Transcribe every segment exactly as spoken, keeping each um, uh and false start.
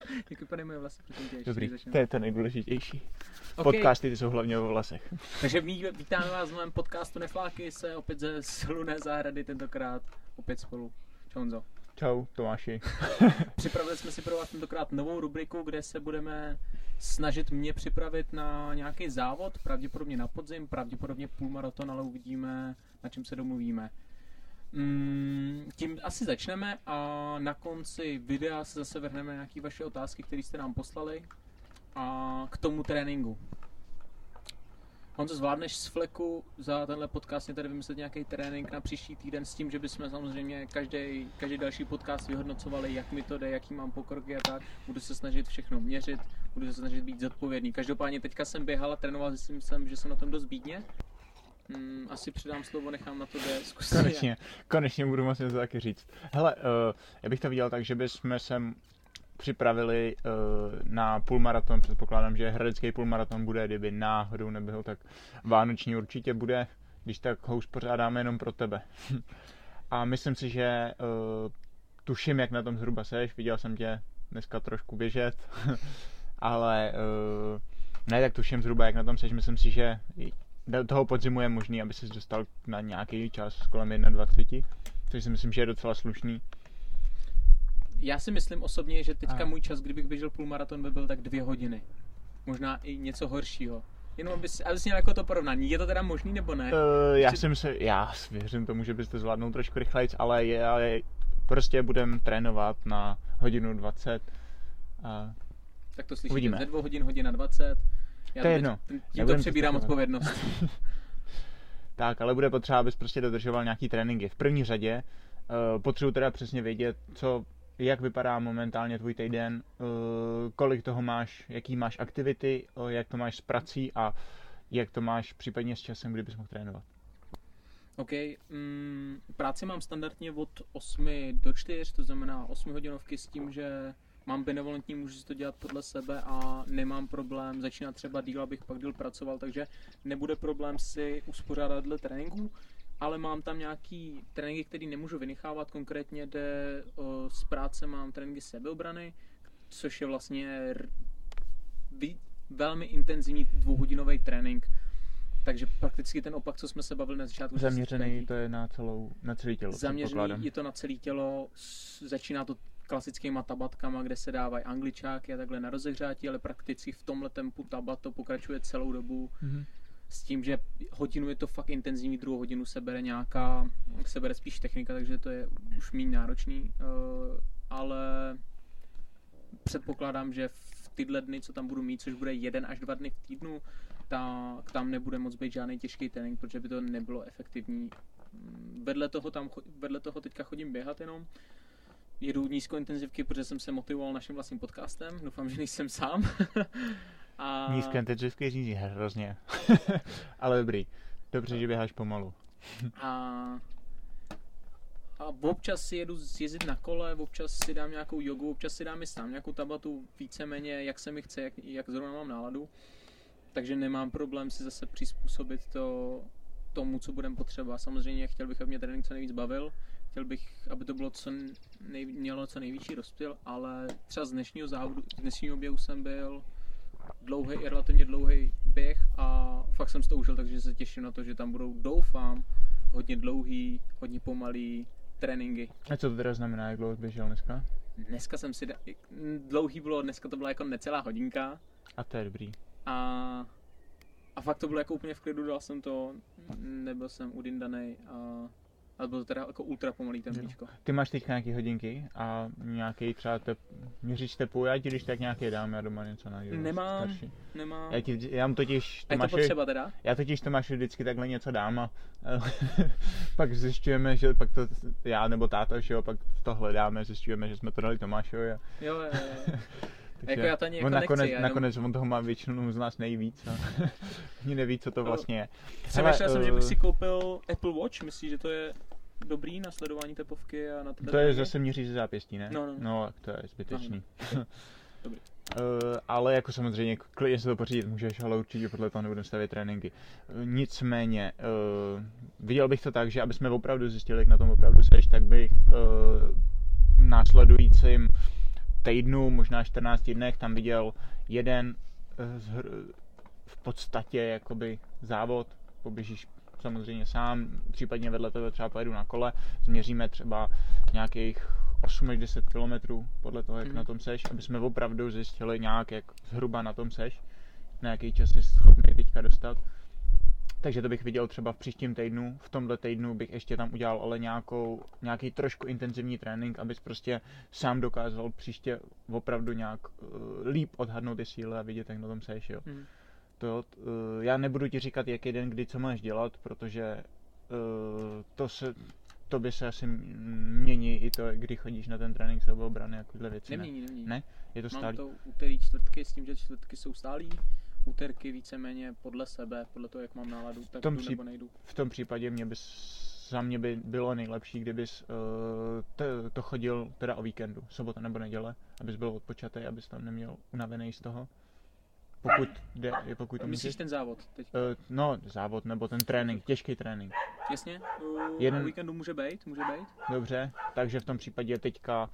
Jak vypadají moje vlasy, prosím tě, Dobrý, to je to nejdůležitější. Okay. Podcasty ty jsou hlavně o vlasech. Takže vítáme vás v novém podcastu Nefláky se opět ze Sluné zahrady, tentokrát opět spolu. Čau Honzo. Čau Tomáši. Připravili jsme si pro vás tentokrát novou rubriku, kde se budeme snažit mě připravit na nějaký závod, pravděpodobně na podzim, pravděpodobně půlmaraton, ale uvidíme, na čem se domluvíme. Mm, tím asi začneme a na konci videa se zase vrhneme na nějaké vaše otázky, které jste nám poslali a k tomu tréninku. Honzo, zvládneš z fleku za tenhle podcast tady vymyslet nějaký trénink na příští týden s tím, že bychom samozřejmě každý, každý další podcast vyhodnocovali, jak mi to jde, jaký mám pokroky a tak. Budu se snažit všechno měřit, budu se snažit být zodpovědný. Každopádně teďka jsem běhal a trénoval, zjistil jsem, že jsem na tom dost bídně. Hmm, asi předám slovo, nechám na to jde zkusit. Konečně, konečně budu moct něco taky říct. Hele, uh, já bych to viděl tak, že bychom se připravili uh, na půlmaraton. Předpokládám, že hradecký půlmaraton bude, kdyby náhodou nebyl, tak vánoční určitě bude, když tak ho uspořádáme jenom pro tebe. A myslím si, že uh, tuším, jak na tom zhruba seš, viděl jsem tě dneska trošku běžet, ale uh, ne, tak tuším zhruba, jak na tom seš, myslím si, že do toho podzimu je možný, aby ses dostal na nějaký čas kolem dvacet jedna, což si myslím, že je docela slušný. Já si myslím osobně, že teďka a... můj čas, kdybych běžel půlmaraton, by byl tak dvě hodiny. Možná i něco horšího. Jenom abys, abys měl jako to porovnání. Je to teda možný nebo ne? Uh, já jsem se, já věřím tomu, že byste zvládnul trošku rychlejc, ale je, ale prostě budem trénovat na hodinu dvacet. A tak to slyšíte, uvidíme. Ze dvou hodin, hodina dvacet. Já to je jedno. Tímto přebírám odpovědnost. Tak, ale bude potřeba, abys prostě dodržoval nějaký tréninky. V první řadě uh, potřebuji teda přesně vědět, co, jak vypadá momentálně tvůj týden, uh, kolik toho máš, jaký máš aktivity, uh, jak to máš s prací a jak to máš případně s časem, kdybys mohl trénovat. OK, mm, práci mám standardně od osmi do čtyř, to znamená osm hodinovky s tím, že mám benevolentní, můžu si to dělat podle sebe a nemám problém začínat třeba díl, abych pak díl pracoval, takže nebude problém si uspořádat dle tréninku, ale mám tam nějaký tréninky, které nemůžu vynechávat, konkrétně jde o, z práce mám tréninky sebeobrany, což je vlastně r- vy- velmi intenzivní dvouhodinový trénink, takže prakticky ten opak, co jsme se bavili na začátku. Zaměřený to je na celou, na celé tělo. Zaměřený je to na celé tělo, začíná to klasickýma tabatkama, kde se dávají angličáky a takhle na rozehřátí, ale prakticky v tomhle tempu tabat to pokračuje celou dobu. Mm-hmm. S tím, že hodinu je to fakt intenzivní, druhou hodinu se bere nějaká, se bere spíš technika, takže to je už méně náročný, uh, ale předpokládám, že v tyhle dny, co tam budu mít, což bude jeden až dva dny v týdnu, tak tam nebude moc být žádný těžký trénink, protože by to nebylo efektivní. Vedle toho, tam, vedle toho teďka chodím běhat jenom, jedu nízkointenzivky, protože jsem se motivoval naším vlastním podcastem, doufám, že nejsem sám. A... Nízkointenzivky řízí hrozně, ale dobrý, dobře, že běháš pomalu. a... a občas si jedu jezdit na kole, občas si dám nějakou jogu, občas si dám i sám nějakou tabatu, víceméně jak se mi chce, jak, jak zrovna mám náladu. Takže nemám problém si zase přizpůsobit to tomu, co budem potřeba. Samozřejmě chtěl bych, aby mě trénink co nejvíc bavil, chtěl bych, aby to bylo co nej, mělo co největší rozptyl, ale třeba z dnešního závodu, z dnešního běhu jsem byl dlouhý, relativně dlouhý běh a fakt jsem si to užil, takže se těším na to, že tam budou, doufám, hodně dlouhý, hodně pomalý tréninky. A co to teda znamená, jak dlouho běžel dneska? Dneska jsem si, da, dlouhý bylo, dneska to byla jako necelá hodinka. A to je dobrý. A, a fakt to bylo jako úplně v klidu, dal jsem to, nebyl jsem udindanej a, ale bylo to teda jako ultra pomalý tempíčko. Ty máš teď nějaký hodinky a nějaký třeba tep, měříš tepu, já ti když tak nějaký dám, já doma něco najdu. Nemám, starší. nemám. Já, ti, já mám totiž Tomáši, a je to potřeba teda? Já totiž Tomáši vždycky takhle něco dám a pak zjišťujeme, že pak to já nebo táta, že jo, pak to hledáme, zjišťujeme, že jsme to dali Tomášovi. A... Jo, jo, jo. Jako já to ani jako on nakonec, nechci, nakonec jenom... on toho má většinou z nás nejvíc a ani neví, co to vlastně je. Přemýšlel jsem, uh... že bych si koupil Apple Watch, myslíš, že to je dobrý na sledování tepovky a na tebe? To je zase měří ze zápěstí, ne? No, no. No, to je zbytečný. No, dobrý. Uh, ale jako samozřejmě, klidně se to pořídit můžeš, ale určitě podle toho nebudeme stavět tréninky. Uh, nicméně, uh, viděl bych to tak, že aby jsme opravdu zjistili, jak na tom opravdu seš, tak bych uh, následujícím týdnu, možná čtrnácti dnech tam viděl jeden v podstatě jakoby závod, poběžíš samozřejmě sám, případně vedle tebe třeba pojedu na kole, změříme třeba nějakých osm až deset kilometrů podle toho, jak mm. na tom seš, aby jsme opravdu zjistili nějak, jak zhruba na tom seš, na jaký čas jsi schopný teďka dostat. Takže to bych viděl třeba v příštím týdnu, v tomhle týdnu bych ještě tam udělal ale nějakou, nějaký trošku intenzivní trénink, abys prostě sám dokázal příště opravdu nějak uh, líp odhadnout ty síly a vidět, jak na tom seš, jo. Mm. To, uh, já nebudu ti říkat, jaký den, kdy, co máš dělat, protože uh, to se, to by se asi mění i to, kdy chodíš na ten trénink sebeobrany a takovéhle věci. Nemění, nemění. Ne? Je to stálý? Mám to úterý, čtvrtky s tím, že čtvrtky jsou stálý. Úterky víceméně podle sebe, podle toho, jak mám náladu, tak jdu příp- nebo nejdu. V tom případě mě bys, za mě by bylo nejlepší, kdybys uh, to, to chodil teda o víkendu, sobota nebo neděle, abys byl odpočatý, abys tam neměl unavený z toho. Pokud jde, pokud to myslíš můžeš. ten závod teď? Uh, no, závod nebo ten trénink, těžký trénink. Jasně, uh, Jeden... o víkendu může být, může být. Dobře, takže v tom případě teďka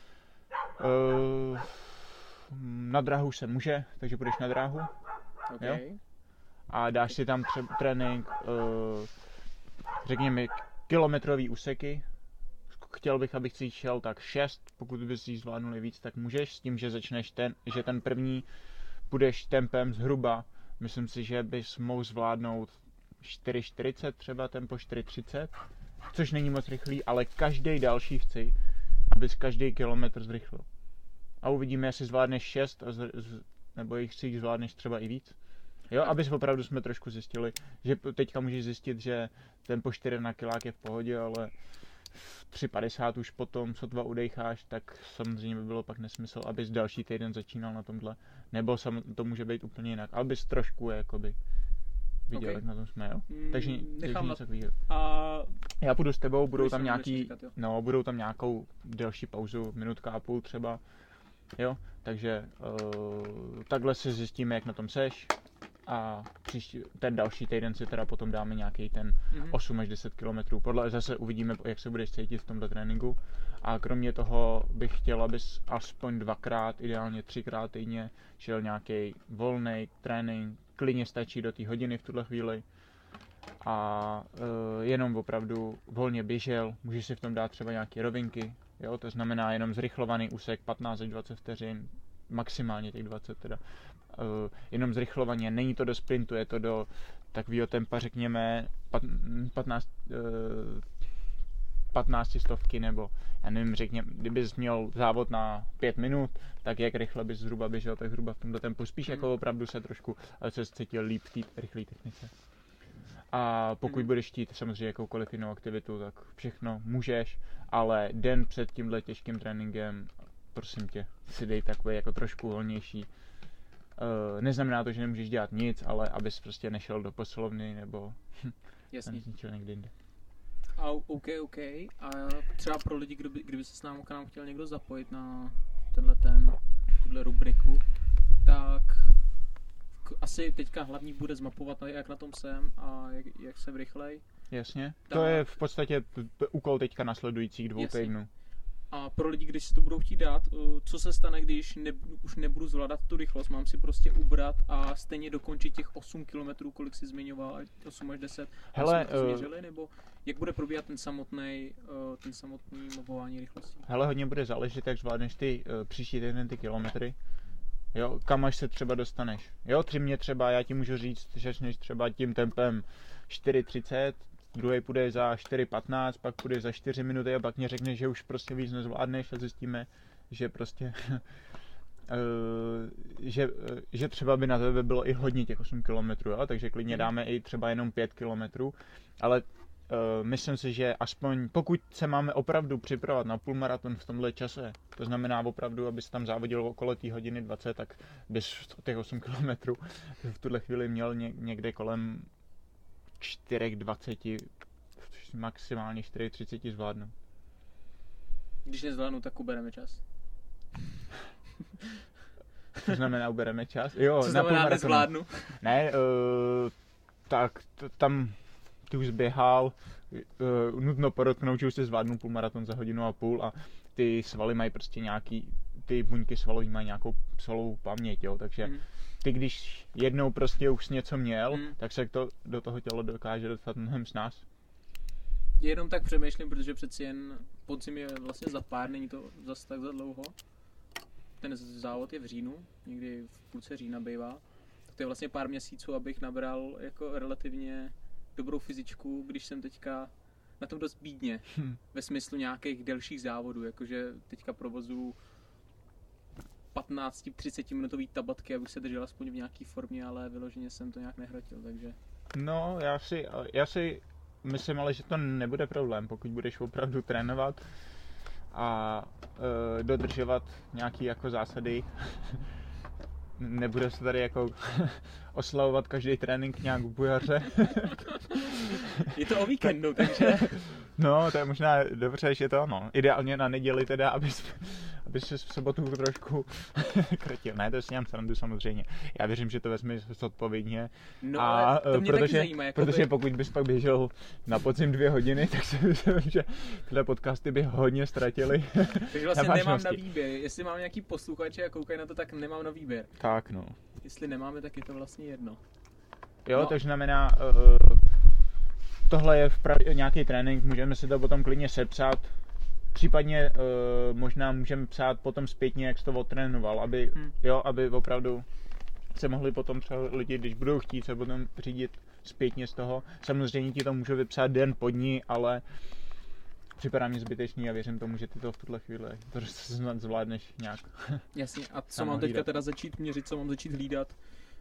uh, na dráhu se může, takže budeš na dráhu. Okay. Jo? A dáš si tam třeba trénink, uh, řekněme, kilometrový úseky. Chtěl bych, abych si šel tak šest, pokud bys jí zvládnuli víc, tak můžeš, s tím, že začneš ten, že ten první budeš tempem zhruba, myslím si, že bys mohl zvládnout čtyři čtyřicet třeba, tempo čtyři třicet, což není moc rychlý, ale každý další chci, abys každý kilometr zrychlil. A uvidíme, jestli zvládneš šest, a z, z, nebo jich si zvládneš třeba i víc. Jo, abys opravdu jsme trošku zjistili, že teďka můžeš zjistit, že tempo čtyři na kilák je v pohodě, ale tři padesát už potom, co dva udejcháš, tak samozřejmě by bylo pak nesmysl, abys další týden začínal na tomhle. Nebo sam, to může být úplně jinak, ale bys trošku jakoby viděl, okay. Jak na tom jsme, jo. Mm, takže nechám něco na... A... Já půjdu s tebou, budou tam nějaký, říkat, no, budou tam nějakou delší pauzu, minutka a půl třeba, jo. Takže uh, takhle si zjistíme, jak na tom seš. A příští, ten další týden si teda potom dáme nějaký ten mm-hmm. osm až deset kilometrů. Podle zase uvidíme, jak se budeš cítit v tomto tréninku. A kromě toho bych chtěl, abys aspoň dvakrát, ideálně třikrát týdně šel nějaký volný trénink. Klidně stačí do té hodiny v tuhle chvíli. A e, jenom opravdu volně běžel. Můžeš si v tom dát třeba nějaké rovinky. Jo? To znamená jenom zrychlovaný úsek patnáct až dvacet vteřin. Maximálně těch dvacet teda. Uh, jenom zrychlovaně, není to do sprintu, je to do takového tempa, řekněme, patnáct, uh, patnáct stovky, nebo já nevím, řekněme, kdybys měl závod na pět minut, tak jak rychle bys zhruba běžel, tak zhruba v tomto tempu, spíš mm. jako opravdu se trošku, ale se cítil líp v té rychlé technice. A pokud mm. budeš chtít samozřejmě jakoukoliv jinou aktivitu, tak všechno můžeš, ale den před tímhle těžkým tréninkem, prosím tě, si dej takový jako trošku volnější. Uh, neznamená to, že nemůžeš dělat nic, ale abys prostě nešel do posilovny nebo nezničil někde jinde. A OK, OK. A třeba pro lidi, kdyby, kdyby se s námi k nám chtěl někdo zapojit na tenhle ten, tuhle rubriku, tak asi teďka hlavní bude zmapovat, jak na tom jsem a jak, jak jsem rychlej. Jasně. Tak. To je v podstatě úkol teďka nasledujících dvou Jasně. týdnů. A pro lidi, když si to budou chtít dát, co se stane, když ne, už nebudu zvládat tu rychlost, mám si prostě ubrat a stejně dokončit těch osm kilometrů, kolik si zmiňoval, osm až deset, hele, to změřili, nebo jak bude probíhat ten samotný, ten samotný mapování rychlosti? Hele, hodně bude záležet, jak zvládneš ty uh, příští týden ty kilometry. Jo, kam až se třeba dostaneš. Jo, tři mě třeba, já ti můžu říct, že začneš třeba tím tempem čtyři třicet, druhý půjde za čtyři patnáct, pak půjde za čtyři minuty a pak mě řekne, že už prostě víc nezvládneš a zjistíme, že prostě uh, že, uh, že třeba by na tebe bylo i hodně těch osm kilometrů, jo? Takže klidně dáme i třeba jenom pět kilometrů, ale uh, myslím si, že aspoň pokud se máme opravdu připravovat na půlmaraton v tomhle čase, to znamená opravdu, abys tam závodil okolo té hodiny dvacet, tak bys těch osm kilometrů v tuhle chvíli měl někde kolem čtyři dvacet, maximálně čtyři třicet zvládnu. Když nezvládnu, tak ubereme čas. Co znamená ubereme čas? Jo, Co znamená nezvládnu? Ne, uh, tak t- tam ty už zběhal, uh, nutno podotknout, že už se zvládnu půlmaraton za hodinu a půl a ty svaly mají prostě nějaký ty buňky svalové mají nějakou svalovou paměť, jo, takže mm. ty když jednou prostě už něco měl, mm. tak se to do toho tělo dokáže dostat mnohem snáz. Jenom tak přemýšlím, protože přeci jen podzim je vlastně za pár, není to zase tak za dlouho. Ten závod je v říjnu, někdy v půlce října bývá. Tak to je vlastně pár měsíců, abych nabral jako relativně dobrou fyzičku, když jsem teďka na tom dost bídně. Hmm. Ve smyslu nějakých delších závodů, jakože teďka provozu patnáct třicet minutový tabatky, abych se držel aspoň v nějaký formě, ale vyloženě jsem to nějak nehrotil, takže... No, já si, já si myslím ale, že to nebude problém, pokud budeš opravdu trénovat a e, dodržovat nějaký jako zásady. Nebude se tady jako oslavovat každý trénink nějak v bujaře. Je to o víkendu, takže... No, to je možná dobře, že to, no. Ideálně na neděli teda, abys, abys se v sobotu trošku krotil. Ne, to je sněm srandu samozřejmě. Já věřím, že to vezmeš zodpovědně. No, a, ale to mě protože, taky zajímá. Jakoby... Protože pokud bys pak běžel na podzim dvě hodiny, tak si myslím, že tyhle podcasty by hodně ztratili. Takže vlastně na nemám na výběr. Jestli mám nějaký posluchače a koukají na to, tak nemám na výběr. Tak, no. Jestli nemáme, tak je to vlastně jedno. Jo, no. to znamená... Uh, Tohle je vprav- nějaký trénink, můžeme si to potom klidně sepsat. Případně uh, možná můžeme psát potom zpětně, jak jsi to odtrénoval, aby, hmm. jo, aby opravdu se mohli potom třeba lidi, když budou chtít, se potom řídit zpětně z toho. Samozřejmě ti to můžu vypsat den po dní, ale připadá mi zbytečný a věřím tomu, že ty to v tuhle chvíli to snad zvládneš nějak. Jasně, a co mám teďka teda začít měřit, co mám začít hlídat?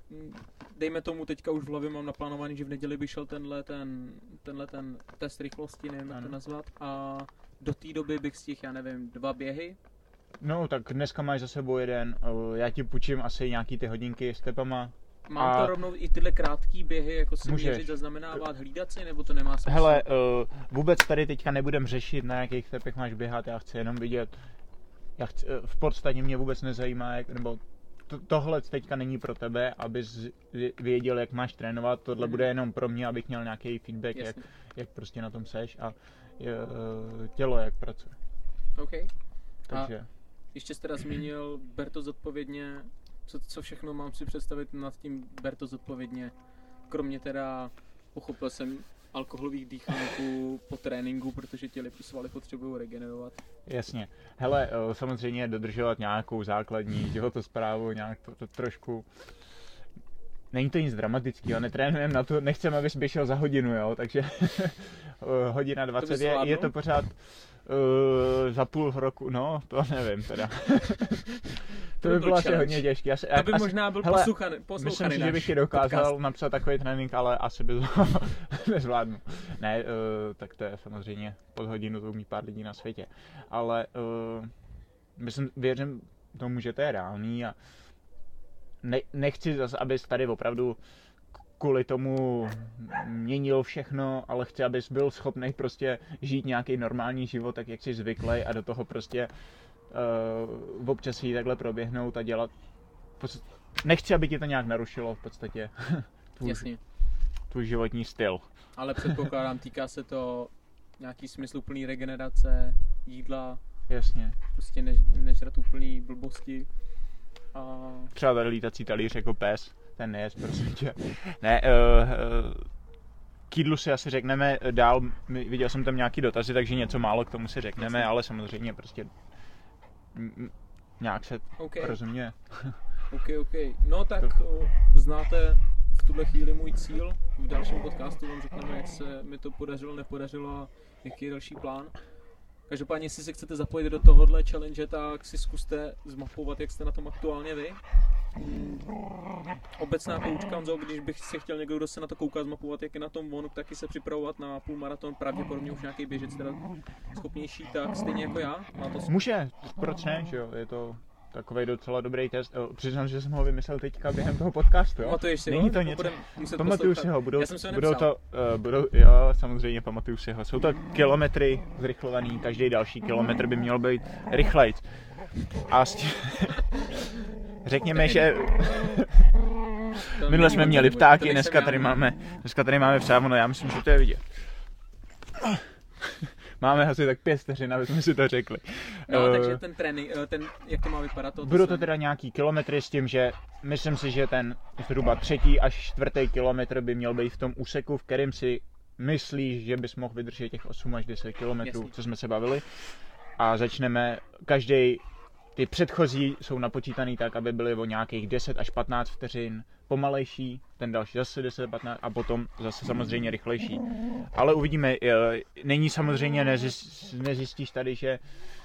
Dejme tomu, teďka už v hlavě mám naplánovaný, že v neděli by šel tenhle ten, tenhle ten test rychlosti, nevím jak to nazvat, a do té doby bych stihl, já nevím, dva běhy. No, tak dneska máš za sebou jeden, já ti půjčím asi nějaký ty hodinky s tepama. Mám a to rovnou i tyhle krátký běhy, jako si měřit, zaznamenávat, hlídat si, nebo to nemá smysl? Hele, uh, vůbec tady teďka nebudem řešit, na jakých tepech máš běhat, já chci jenom vidět, já chci, uh, v podstatě mě vůbec nezajímá, jak, nebo to, tohle teďka není pro tebe, abys věděl, jak máš trénovat, tohle mm. bude jenom pro mě, abych měl nějaký feedback, jak, jak prostě na tom seš a uh, tělo, jak pracuje. OK. Takže... A ještě jsi teda zmínil, ber to zodpovědně, co, co všechno mám si představit nad tím, ber to zodpovědně, kromě teda, pochopil jsem, alkoholových dýchanků po tréninku, protože těli svaly potřebují regenerovat. Jasně. Hele, samozřejmě dodržovat nějakou základní životosprávu, nějak to, to trošku... Není to nic dramatického, netrénujeme na to, nechceme, abys běžel za hodinu, jo, takže hodina dvacet je, je to pořád uh, za půl roku, no, to nevím teda. To by bylo asi hodně těžké. Asi, to by asi, možná byl hele, poslouchaný, poslouchaný myslím si, že bych ti dokázal podcast. napsat takový trénink, ale asi by to nezvládnu. Ne, uh, tak to je samozřejmě pod hodinu, to umí pár lidí na světě. Ale uh, myslím, věřím tomu, že to je reálný a ne, nechci zase, abys tady opravdu kvůli tomu měnil všechno, ale chci, abys byl schopný prostě žít nějaký normální život, tak jak jsi zvyklý a do toho prostě uh, občas jít takhle proběhnout a dělat. Nechci, aby ti to nějak narušilo v podstatě tvůj, tvůj životní styl. Ale předpokládám, týká se to nějaký smysluplný regenerace, jídla. Jasně. Prostě než, nežrat úplný blbosti. A... Třeba tady lítací talíř jako pes, ten nejez, prosím tě. Ne, uh, uh, k jídlu si asi řekneme dál, viděl jsem tam nějaký dotazy, takže něco málo k tomu si řekneme, Jasně. ale samozřejmě prostě m- nějak se okay. rozuměje. OK, OK. No tak to... znáte v tuhle chvíli můj cíl. V dalším podcastu vám řekneme, jak se mi to podařilo, nepodařilo a jaký je další plán. Každopádně, jestli se chcete zapojit do tohohle challenge, tak si zkuste zmapovat, jak jste na tom aktuálně vy. Hmm. Obecná poučka, Honzo, když bych se chtěl někdo, kdo se na to kouká, zmapovat, jak je na tom on, taky se připravovat na půlmaraton, pravděpodobně už nějaký běžec teda schopnější, tak stejně jako já. Má to... Může, proč ne, že jo, je to takovej docela dobrý test. Přiznám, že jsem ho vymyslel teďka během toho podcastu, jo. Pamatuješ si Není ho? to něco, pamatuju si ho, budou, budou to, uh, budou, jo, samozřejmě pamatuju si ho. Jsou to kilometry zrychlovaný, každý další kilometr by měl být rychlejc. A s tím... řekněme, že minule jsme měli ptáky, dneska tady máme, dneska tady máme přávno, já myslím, že to je vidět. Máme asi tak pět vteřin, aby jsme si to řekli. No, uh, takže ten trénink, ten, jak to má vypadat? To budou to teda nějaký kilometry s tím, že myslím si, že ten zhruba třetí až čtvrtý kilometr by měl být v tom úseku, v kterém si myslíš, že bys mohl vydržet těch osm až deset kilometrů, Jasně. co jsme se bavili. A začneme, každý, ty předchozí jsou napočítaný tak, aby byly o nějakých deset až patnáct vteřin pomalejší, ten další zase deset patnáct a potom zase samozřejmě rychlejší. Ale uvidíme, není samozřejmě, nezjist, nezjistíš tady, že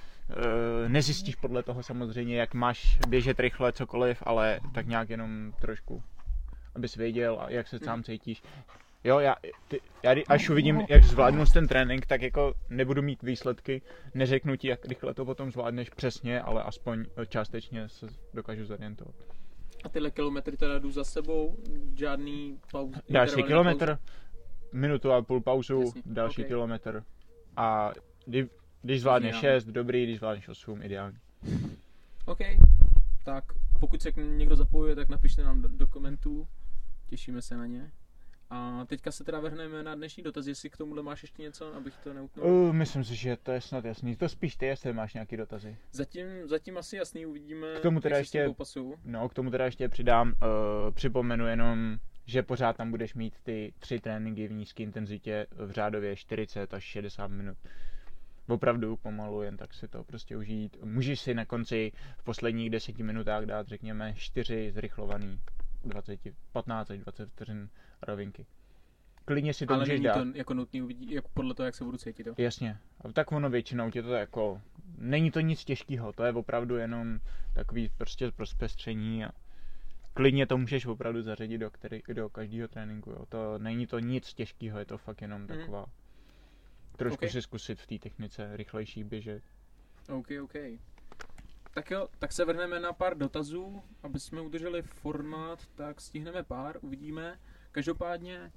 nezjistíš podle toho samozřejmě, jak máš běžet rychle, cokoliv, ale tak nějak jenom trošku, abys věděl, jak se sám cítíš. Jo, já, ty, já až uvidím, jak zvládnu ten trénink, tak jako nebudu mít výsledky, neřeknu ti, jak rychle to potom zvládneš přesně, ale aspoň částečně se dokážu zorientovat. A tyhle kilometry teda jdu za sebou, žádný pauzy? Dáš si kilometr, minutu a půl pauzu, Jasně, další okay. kilometr a kdy, když zvládneš šest, dobrý, když zvládneš osm, ideální. OK, tak pokud se někdo zapojuje, tak napište nám do, do komentů, těšíme se na ně. A teďka se teda vrhneme na dnešní dotaz, jestli k tomuhle máš ještě něco, abych to neutnul. Uh, myslím si, že to je snad jasný. To spíš ty, jestli máš nějaký dotazy. Zatím, zatím asi jasný, uvidíme, k tomu teda ještě, no, k tomu teda ještě přidám, uh, připomenu jenom, že pořád tam budeš mít ty tři tréninky v nízké intenzitě v řádově čtyřicet až šedesát minut. Opravdu pomalu, jen tak si to prostě užít. Můžeš si na konci v posledních deseti minutách dát, řekněme, čtyři zrychlovaný dvacet, patnáct až dvacet vteřin rovinky. Klidně si to ale můžeš dát. Ale není to jako nutný uvidí, jako podle toho, jak se budu cítit. Jo? Jasně. A tak ono většinou tě to jako... Není to nic těžkého, to je opravdu jenom takový prostě pro zpestření a klidně to můžeš opravdu zařadit do, který, do každého tréninku. Jo. To není to nic těžkého, je to fakt jenom mm. taková... Trošku okay. si zkusit v té technice rychlejší běžet. OK, OK. Tak jo, tak se vrhneme na pár dotazů, aby jsme udrželi formát, tak stihneme pár, uvidíme. Každopádně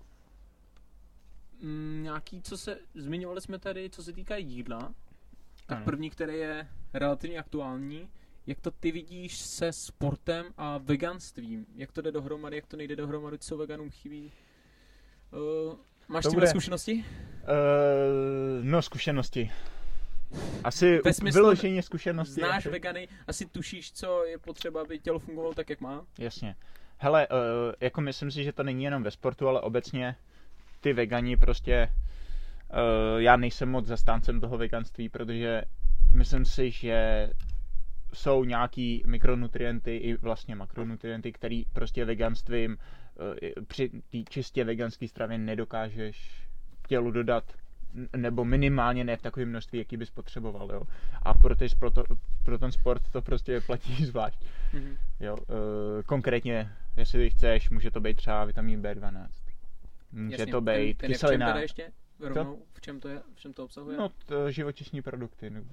m, nějaký, co se, zmiňovali jsme tady, co se týká jídla, tak ano. První, který je relativně aktuální, jak to ty vidíš se sportem a veganstvím, jak to jde dohromady, jak to nejde dohromady, co veganům chybí. Uh, máš s tím bude... zkušenosti? Uh, no, zkušenosti. Asi vyloženě zkušenosti. Znáš asi. Vegany, asi tušíš, co je potřeba, aby tělo fungovalo tak, jak má? Jasně. Hele, uh, jako myslím si, že to není jenom ve sportu, ale obecně ty vegani prostě, uh, já nejsem moc zastáncem toho veganství, protože myslím si, že jsou nějaký mikronutrienty i vlastně makronutrienty, který prostě veganstvím uh, při té čistě veganské stravě nedokážeš tělu dodat, nebo minimálně ne v takovém množství, jaký bys potřeboval, jo. A pro, ty, pro, to, pro ten sport to prostě platí zvlášť. Mm-hmm. Jo, e, konkrétně, jestli chceš, může to být třeba vitamin bé dvanáct. Může Jasně, to být ten, ten kyselina. V čem teda ještě? Rovnou, to? V čem to je? V čem to obsahuje? No, to, živočišní produkty. E,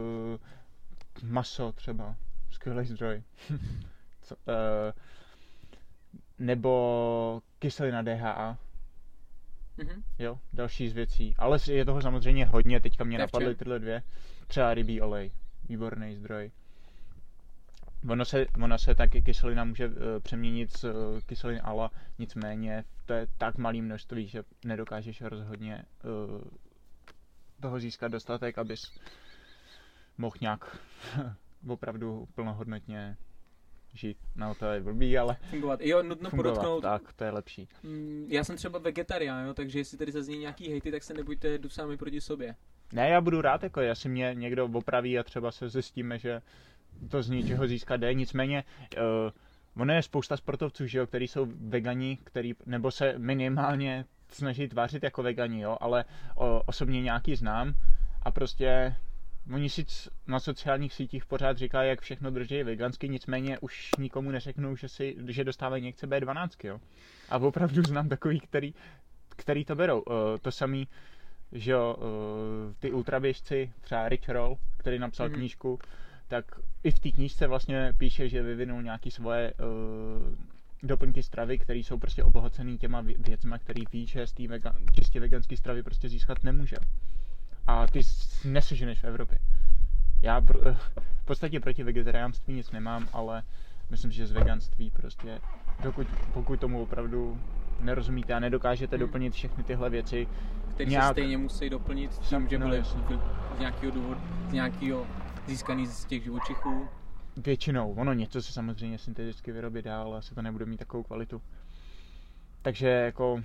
maso třeba, skvělý zdroj. Co, e, nebo kyselina dé há á. Mm-hmm. Jo, další z věcí. Ale je toho samozřejmě hodně, teďka mě napadly tyhle dvě. Třeba rybí olej, výborný zdroj. Ono se, ono se taky kyselina může uh, přeměnit z uh, kyselin ala, nicméně to je tak malý množství, že nedokážeš rozhodně uh, toho získat dostatek, abys mohl nějak opravdu plnohodnotně žít. No to je blbý, ale fungovat. Jo, nutno fungovat, podotknout. Tak, to je lepší. Já jsem třeba vegetarián, jo, takže jestli tady zazní nějaký hejty, tak se nebojte, jdu sami proti sobě. Ne, já budu rád, jako jestli mě někdo opraví a třeba se zjistíme, že to z ničeho získat jde. Nicméně, uh, ono je spousta sportovců, že jo, který jsou vegani, který, nebo se minimálně snaží tvářit jako vegani, jo, ale o, osobně nějaký znám a prostě oni si na sociálních sítích pořád říkají, jak všechno drží vegansky, nicméně už nikomu neřeknou, že, si, že dostávají někde bé dvanáct, jo. A opravdu znám takový, který, který to berou. Uh, to samý, že jo, uh, ty ultraběžci, třeba Rich Roll, který napsal mm-hmm. knížku, tak i v té knížce vlastně píše, že vyvinul nějaký svoje uh, doplňky stravy, které jsou prostě obohacený těma věcma, který ví, že z té vegan, čistě veganské stravy prostě získat nemůže. A ty neseženeš v Evropě. Já pro, v podstatě proti vegetariánství nic nemám, ale myslím, že z veganství prostě, dokud, pokud tomu opravdu nerozumíte a nedokážete Hmm. doplnit všechny tyhle věci. Který nějak... se stejně musí doplnit tím, Sam, že no, byly z nějakého důvodu, z nějakého získaný z těch živočichů. Většinou, ono něco se samozřejmě synteticky vyrobit dá, ale asi to nebude mít takovou kvalitu. Takže jako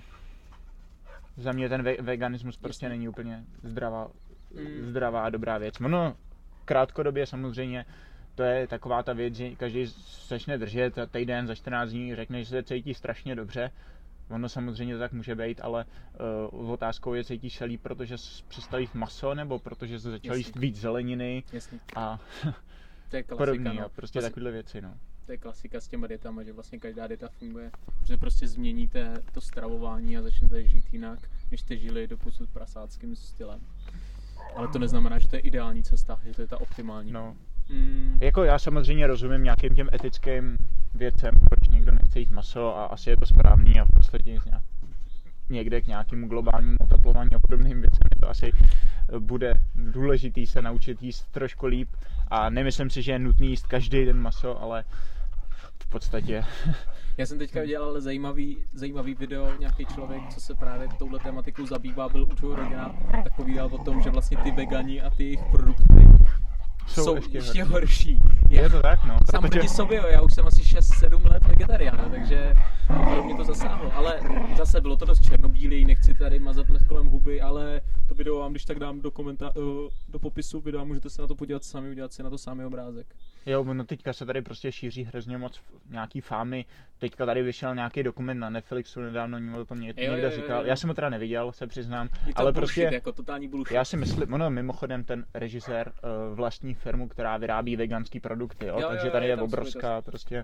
za mě ten ve- veganismus prostě není úplně zdravá, Mm. zdravá a dobrá věc. Ono krátkodobě samozřejmě to je taková ta věc, že každý začne držet a týden za čtrnáct dní řekne, že se cítí strašně dobře. Ono samozřejmě to tak může být, ale uh, otázkou je, cítíš se líp, protože jsi přestal jíst maso, nebo protože jsi začal jíst víc zeleniny. Jasně. A to je klasika, podobný, no. a prostě Klasi- takovéhle věci, no. To je klasika s těma dietama, že vlastně každá dieta funguje, že prostě změníte to stravování a začnete žít jinak, než jste žili doposud prasáckým stylem. Ale to neznamená, že to je ideální cesta, že to je ta optimální. no. Mm, Jako já samozřejmě rozumím nějakým těm etickým věcem, proč někdo nechce jíst maso a asi je to správný a v podstatě nějak, někde k nějakému globálnímu oteplování a podobným věcem je to asi bude důležitý se naučit jíst trošku líp a nemyslím si, že je nutný jíst každý den maso, ale v podstatě... Já jsem teďka viděl ale zajímavý, zajímavý video, nějaký člověk, co se právě touhle tematikou zabývá, byl u Joe Rogana, tak povídal o tom, že vlastně ty vegani a ty jejich produkty Jsou jsou ještě ještě horší. horší. Je to tak, no. Sám protože- proti sobě, jo, já už jsem asi šest sedm let vegetarián, takže mě to zasáhlo. Ale zase bylo to dost černobílý, nechci tady mazat med kolem huby, ale to video vám když tak dám do, komentá- do popisu videa, můžete se na to podívat sami, udělat si na to sami obrázek. Jo, no teďka se tady prostě šíří hrozně moc nějaký fámy. Teďka tady vyšel nějaký dokument na Netflixu nedávno, někdo o tom někdo Jo, jo, jo, říkal. jo. Já jsem ho teda neviděl, se přiznám, Je to ale bullshit, prostě jako totální bullshit. já si myslím, ono mimochodem ten režisér uh, vlastní firmu, která vyrábí veganský produkty, jo, Jo, takže jo, tady jo, je tam jsou obrovská prostě,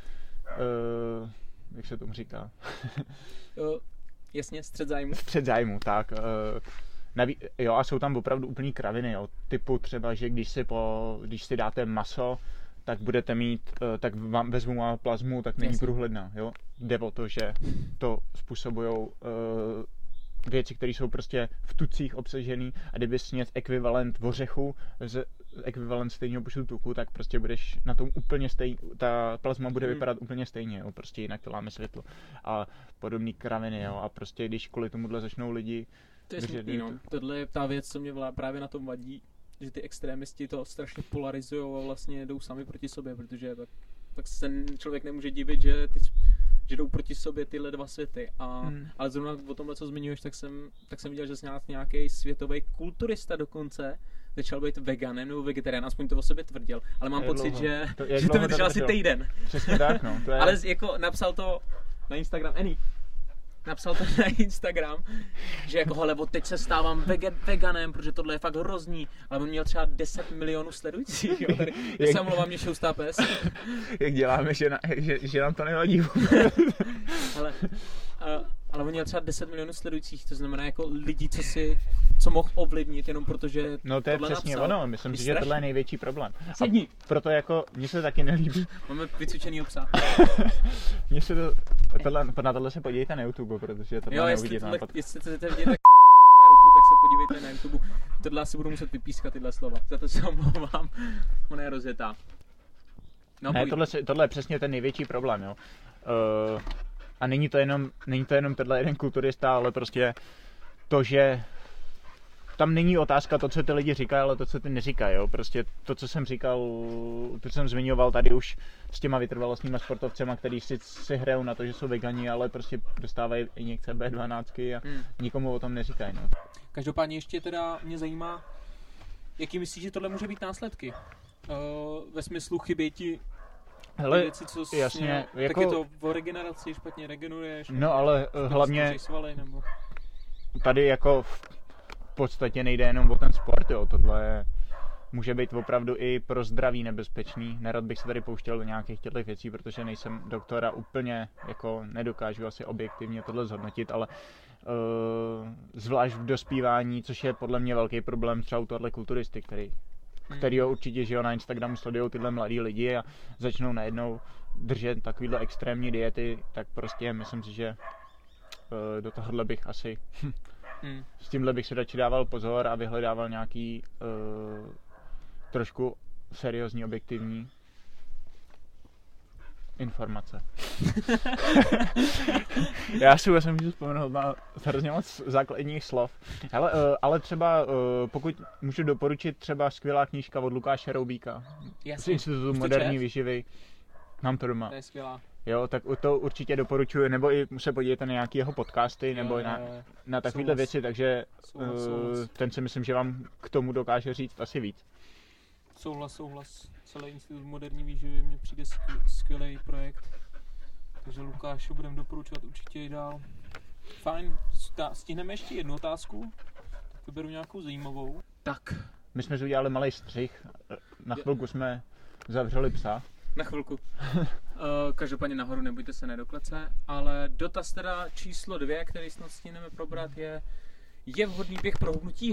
uh, jak se tomu říká, Jo, jasně, střed zájmu. střed zájmu, tak. Uh, naví, jo, a jsou tam opravdu úplný kraviny, jo, typu třeba, že když si, po, když si dáte maso, tak budete mít, uh, tak vám vezmu má plazmu, tak není Jasně. průhledná, jo. Jde o to, že to způsobujou uh, věci, které jsou prostě v tucích obsažený a kdyby snět ekvivalent ořechu z ekvivalent stejného počtu tuku, tak prostě budeš na tom úplně stejně, ta plazma bude Hmm. vypadat úplně stejně, jo, prostě jinak to láme světlo a podobný kraviny, jo, a prostě když kvůli tomuhle začnou lidi To je držet smutný, no. dietu. Tohle je ta věc, co mě vlá- právě na tom vadí, že ty extrémisti to strašně polarizujou a vlastně jdou sami proti sobě, protože pak, pak se n- člověk nemůže divit, že, ty, že jdou proti sobě tyhle dva světy. A, Hmm. Ale zrovna o tomhle, co zmiňuješ, tak jsem, tak jsem viděl, že snad nějaký světový kulturista dokonce začal být veganem nebo vegetarián, aspoň to o sobě tvrdil, ale mám Jak pocit, dlouho? že To- to, jak že to dlouho to vydržel asi držel? týden. Přesně tak, no, to je... Ale z- jako napsal to na Instagram, Any, napsal to na Instagram, že jako hele, od teď se stávám vege- veganem, protože tohle je fakt hrozný, ale on měl třeba deset milionů sledujících, jo, tady, já Jak- se omlouvám, mě šoustá pes, Jak děláme, že, na, že, že nám to nevadí. ale, a, ale on měl třeba deset milionů sledujících, to znamená jako lidi, co si, co mohl ovlivnit, jenom protože No to je tohle přesně napsal. ono, myslím Je si, že strašný. tohle je největší problém. A Sedni. proto jako, mně se taky nelíbí, Máme vycvičený psa. mně se to, tohle, na tohle se podívejte na YouTube, protože tohle Jo, jestli neuvidíte na tohle, pod... jestli chcete vidět tak ruku, tak se podívejte na YouTube. Tohle asi budu muset vypískat tyhle slova. Za to se omlouvám. Ona je rozjetá. No, Ne, pojď. tohle, se- tohle je přesně ten největší problém, jo. Uh, a není to jenom, není to jenom tenhle jeden kulturista, ale prostě to, že tam není otázka to, co ty lidi říkají, ale to, co ty neříkají, jo. Prostě to, co jsem říkal, to, co jsem zmiňoval tady už s těma vytrvalostníma sportovcema, který si, si hrajou na to, že jsou vegani, ale prostě dostávají injekce bé dvanáct a Hmm. nikomu o tom neříkají, no. Každopádně ještě teda mě zajímá, jaký myslíš, že tohle může být následky? Uh, ve smyslu chybějí ti Hele, ty věci, co jsi jasně, měl, jako- tak je to o regeneraci, špatně regeneruješ, No ale uh, hlavně svaly, nebo... tady jako v podstatě nejde jenom o ten sport, jo, tohle je, může být opravdu i pro zdraví nebezpečný. Nerad bych se tady pouštěl do nějakých těchto věcí, protože nejsem doktora, úplně jako nedokážu asi objektivně tohle zhodnotit, ale uh, zvlášť v dospívání, což je podle mě velký problém třeba u tohle kulturisty, který, kterýho určitě, že jo, na Instagramu sledují tyhle mladí lidi a začnou najednou držet takovýhle extrémní diety, tak prostě myslím si, že uh, do tohohle bych asi Hmm. s tímhle bych si radši dával pozor a vyhledával nějaký uh, trošku seriózní, objektivní informace. Já si vlastně můžu vzpomenout na hrozně moc základních slov. Ale, uh, ale třeba, uh, pokud můžu doporučit, třeba skvělá knížka od Lukáše Roubíka. Z Institutu moderní výživy. Mám to doma. To je skvělá. Jo, tak to určitě doporučuji, nebo i se podívejte na nějaké jeho podcasty, nebo jo, na, na takovéhle věci, takže souhlas, souhlas. ten si myslím, že vám k tomu dokáže říct asi víc. Souhlas, souhlas. Celý Institut moderní výživy mně přijde skvělý projekt, takže Lukášu budeme doporučovat určitě i dál. Fajn, stihneme ještě jednu otázku, tak vyberu nějakou zajímavou. Tak. My jsme si udělali malý střih, na chvilku jsme zavřeli psa. Na chvilku. uh, každopádně nahoru nebojte se, nedoklece, ale dotaz teda číslo dvě, který snad stihneme probrat, je je vhodný běh pro hubnutí?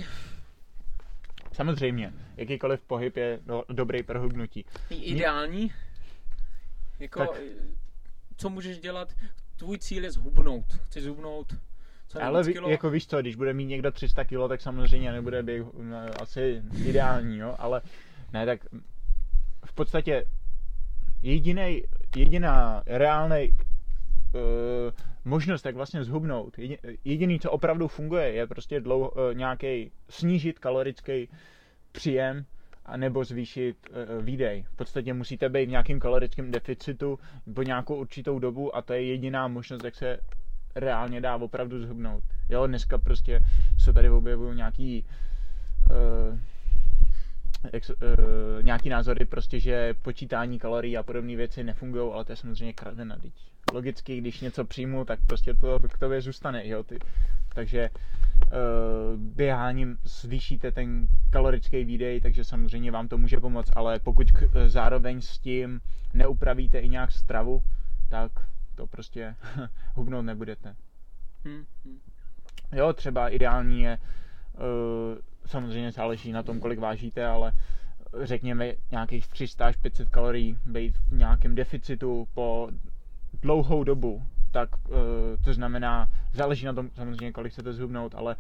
Samozřejmě, jakýkoliv pohyb je do, dobrý pro hubnutí. Ideální? Jako, tak. Co můžeš dělat? Tvůj cíl je zhubnout. Chceš zhubnout co ale ví, jako víš co, když bude mít někdo tři sta kilo, tak samozřejmě nebude běh no, asi ideální, jo? Ale ne, tak v podstatě jedinej, jediná reálnej uh, možnost, jak vlastně zhubnout, jediný, co opravdu funguje, je prostě dlouho, uh, nějaký snížit kalorický příjem a nebo zvýšit uh, výdej. V podstatě musíte být v nějakém kalorickém deficitu po nějakou určitou dobu a to je jediná možnost, jak se reálně dá opravdu zhubnout. Jo, dneska prostě se tady objevují nějaký uh, Jak, uh, nějaký názory prostě, že počítání kalorií a podobné věci nefungují, ale to je samozřejmě kradena. Logicky, když něco přijmu, tak prostě to k tobě zůstane, jo, ty. Takže uh, běháním zvýšíte ten kalorický výdej, takže samozřejmě vám to může pomoct, ale pokud k, zároveň s tím neupravíte i nějak stravu, tak to prostě hubnout nebudete. Hmm. Jo, třeba ideální je uh, samozřejmě záleží na tom, kolik vážíte, ale řekněme nějakých tři sta až pět set kalorií být v nějakém deficitu po dlouhou dobu, tak to znamená, záleží na tom samozřejmě, kolik chcete zhubnout, ale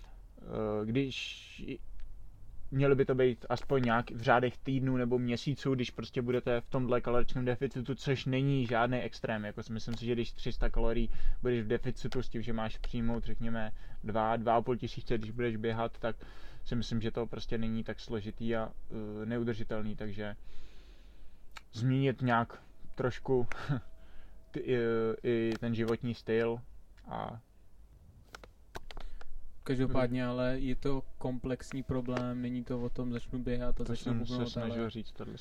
když měly by to být aspoň nějak v řádech týdnů nebo měsíců, když prostě budete v tomhle kalorickém deficitu, což není žádný extrém, jako si myslím si, že když tři sta kalorií budeš v deficitu s tím, že máš přijmout, řekněme, dva, dva a půl tisíce, když budeš běhat, tak si myslím, že to prostě není tak složitý a uh, neudržitelný, takže změnit nějak trošku ty, i, i ten životní styl a každopádně, ale je to komplexní problém, není to o tom, začnu běhat a to začnu hubnout. To jsem se snažil ale... říct tohle.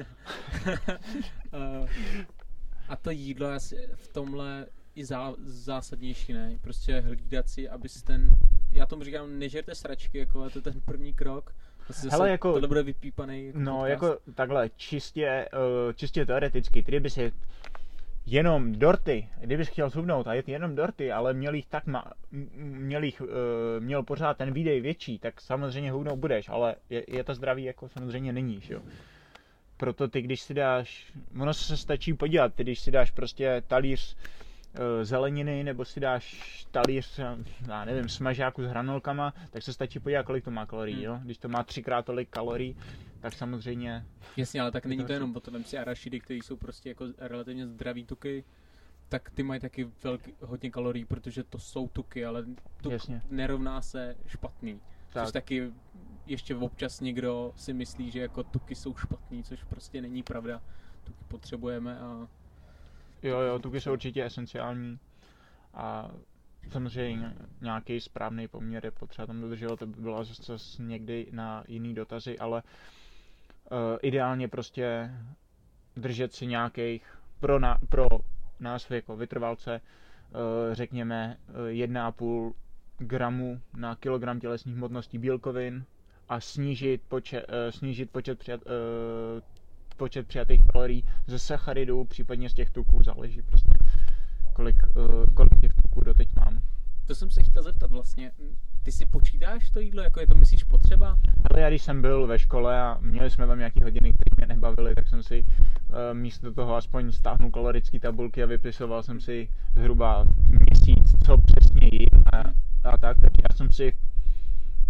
A to jídlo je v tomhle i zá, zásadnější, ne? Prostě hlídat si, abys ten, já tomu říkám, nežerte sračky, jako a to je ten první krok. Hele, zase jako, tohle bude vypípaný. Jako no, podcast. jako takhle, čistě, uh, čistě teoreticky, ty by si jenom dorty, kdybych chtěl zhubnout a jet jenom dorty, ale měl jich tak ma, měl, jich, uh, měl pořád ten výdej větší, tak samozřejmě hubnout budeš, ale je, je to zdraví jako samozřejmě není, jo. Proto ty, když si dáš, ono se stačí podívat, ty, když si dáš prostě talíř uh, zeleniny, nebo si dáš talíř, já nevím, smažáku s hranolkama, tak se stačí podívat, kolik to má kalorií, hmm. jo. Když to má třikrát tolik kalorií, tak samozřejmě... Jasně, ale tak není to jenom o tom, si arašidy, které jsou prostě jako relativně zdravý tuky, tak ty mají taky velký, hodně kalorií, protože to jsou tuky, ale tuk Jasně. nerovná se špatný. Tak. Což taky ještě občas někdo si myslí, že jako tuky jsou špatný, což prostě není pravda. Tuky potřebujeme a... Jo, jo, tuky jsou určitě esenciální a samozřejmě nějaký správný poměr je potřeba tam dodržovat, to by bylo zase někdy na jiný dotazy, ale uh, ideálně prostě držet si nějakých pro, na, pro nás jako vytrvalce, uh, řekněme jedna a půl gramu na kilogram tělesných hmotností bílkovin a snížit počet, uh, snížit počet, přijat, uh, počet přijatých kalorií ze sacharidů, případně z těch tuků, záleží prostě kolik, uh, kolik těch tuků doteď mám. To jsem se chtěl zeptat vlastně, ty si počítáš to jídlo, jako je to myslíš potřeba? Ale já když jsem byl ve škole a měli jsme tam nějaký hodiny, které mě nebavily, tak jsem si uh, místo toho aspoň stáhnul kalorické tabulky a vypisoval jsem si zhruba měsíc, co přesně jím a, a tak, takže já jsem si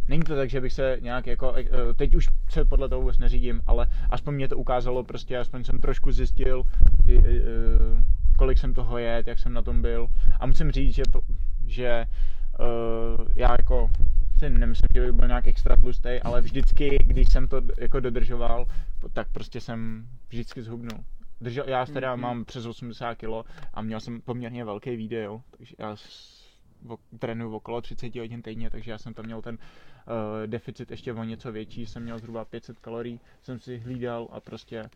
není to tak, že bych se nějak jako, teď už se podle toho vůbec neřídím, ale aspoň mě to ukázalo prostě, aspoň jsem trošku zjistil, kolik jsem toho jet, jak jsem na tom byl. A musím říct, že, že uh, já jako si nemyslím, že bych byl nějak extra tlustý, ale vždycky, když jsem to jako dodržoval, tak prostě jsem vždycky zhubnul. Držel, já teda mm-hmm. mám přes osmdesát kilo a měl jsem poměrně velký výdej, jo, takže já trénuju okolo třicet hodin týdně, takže já jsem tam měl ten uh, deficit ještě o něco větší, jsem měl zhruba pět set kalorií, jsem si hlídal a prostě...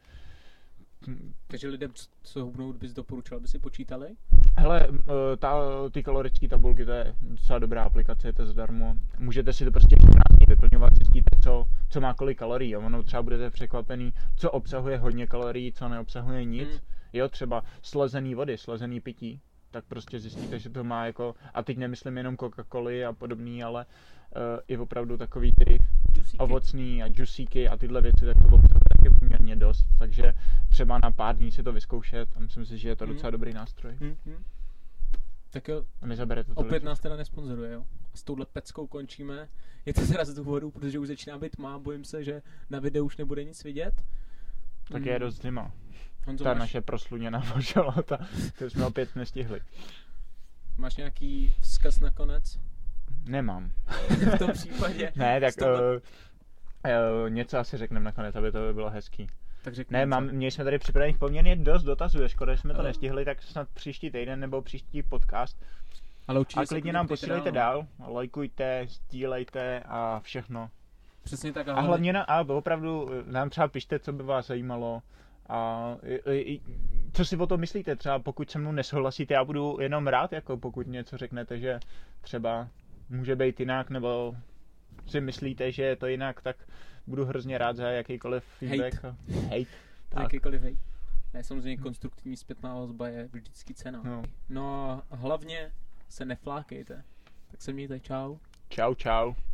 Takže lidem, co hubnou, bys doporučil, aby si počítali? Hele, ta, ty kalorické tabulky, to je docela dobrá aplikace, je to zadarmo. Můžete si to prostě čtrnáct dní vyplňovat, zjistíte, co, co má kolik kalorií. A ono třeba budete překvapený, co obsahuje hodně kalorií, co neobsahuje nic. Hmm. Jo, třeba slezený vody, slezený pití, tak prostě zjistíte, že to má jako, a teď nemyslím jenom Coca-Coly a podobný, ale uh, i opravdu takový ty juicíky. Ovocný a juicíky a tyhle věci, tak to obsahuje taky poměrně dost. Takže třeba na pár dní si to vyzkoušet a myslím si, že je to docela hmm. dobrý nástroj. Hmm, hmm. Tak jo, a my zabere to opět nás teda nesponzoruje, jo. S touhle peckou končíme. Je to teda z důvodu, protože už začíná být tma, bojím se, že na videu už nebude nic vidět. Tak hmm. je dost zima. Honzo, ta máš... naše prosluněná vožalota, to jsme opět nestihli. Máš nějaký vzkaz nakonec? Nemám. V tom případě. Ne, tak uh, uh, něco asi řekneme nakonec, aby to bylo hezký. Tak ne, mám, měli jsme tady připravených poměrně dost dotazů, škoda, že jsme to nestihli, tak snad příští týden nebo příští podcast. Ale a klidně nám posílejte dál, dál, lajkujte, sdílejte a všechno. Přesně tak. A hlavně, na, a opravdu nám třeba pište, co by vás zajímalo. A i, i, co si o tom myslíte, třeba pokud se mnou nesouhlasíte, já budu jenom rád, jako pokud něco řeknete, že třeba může být jinak, nebo si myslíte, že je to jinak, tak budu hrozně rád za jakýkoliv feedback. Hate. Hate. Tak. Jakýkoliv hate. Ne, samozřejmě konstruktivní zpětná vazba je vždycky cena. No. no a hlavně se neflákejte. Tak se mějte, čau. Čau, čau.